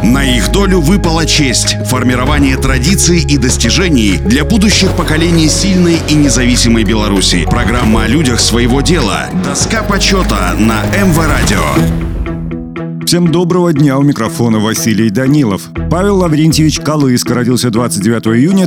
На их долю выпала честь – формирование традиций и достижений для будущих поколений сильной и независимой Беларуси. Программа о людях своего дела. Доска почета на МВ-радио. Всем доброго дня, у микрофона Василий Данилов. Павел Лаврентьевич Колыска родился 29 июня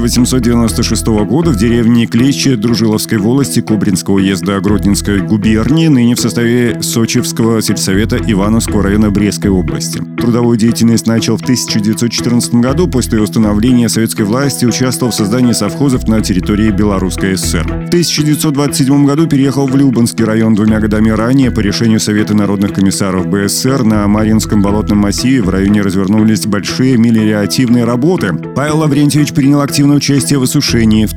1896 года в деревне Клещи Дружиловской волости Кобринского уезда Гродненской губернии, ныне в составе Сочевского сельсовета Ивановского района Брестской области. Трудовую деятельность начал в 1914 году. После установления советской власти участвовал в создании совхозов на территории Белорусской ССР. В 1927 году переехал в Любанский район 2 годами ранее. По решению Совета народных комиссаров БССР на Марьинском болотном массиве в районе развернулись большие мелиоративные работы. Павел Лаврентьевич принял активное участие в осушении. В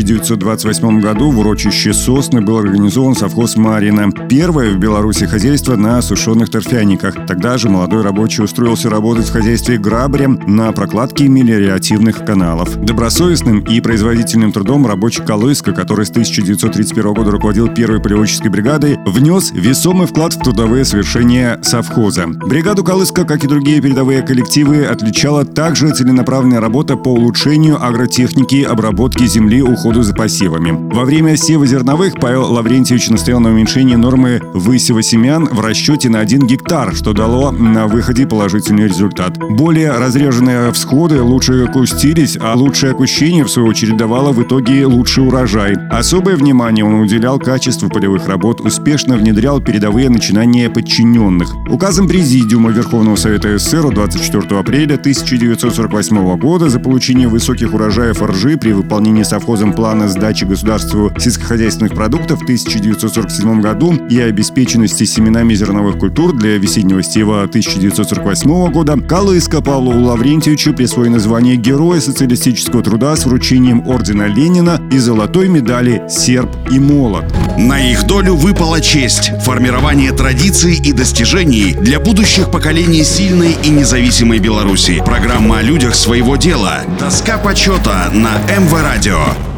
1928 году в урочище Сосны был организован совхоз «Марьино», первое в Беларуси хозяйство на осушенных торфяниках. Тогда же молодой рабочий устроился работать в хозяйстве грабаря на прокладке мелиоративных каналов. Добросовестным и производительным трудом рабочий Колыска, который с 1931 года руководил первой полеводческой бригадой, внес весомый вклад в трудовые свершения совхоза. Бригаду Колыска, как и другие передовые коллективы, отличала также целенаправленная работа по улучшению агротехники, обработки земли, уходу за посевами. Во время сева зерновых Павел Лаврентьевич настоял на уменьшении нормы высева семян в расчете на 1 гектар, что дало на выходе положительный результат. Более разреженные всходы лучше кустились, а лучшее кущение, в свою очередь, давало в итоге лучший урожай. Особое внимание он уделял качеству полевых работ, успешно внедрял передовые начинания подчиненных. Указом Президиума Верховного Совета СССР 24 апреля 1948 года за получение высоких урожаев ржи при выполнении совхозом плана сдачи государству сельскохозяйственных продуктов в 1947 году и обеспеченности семенами зерновых культур для весеннего сева 1948 года Колыска Павлу Лаврентьевичу присвоено звание Героя социалистического труда с вручением ордена Ленина и золотой медали «Серп и молот». На их долю выпала честь – формирование традиций и достижений для будущих поколений сильной и независимой Беларуси. Программа о людях своего дела. Доска почета на МВ-радио.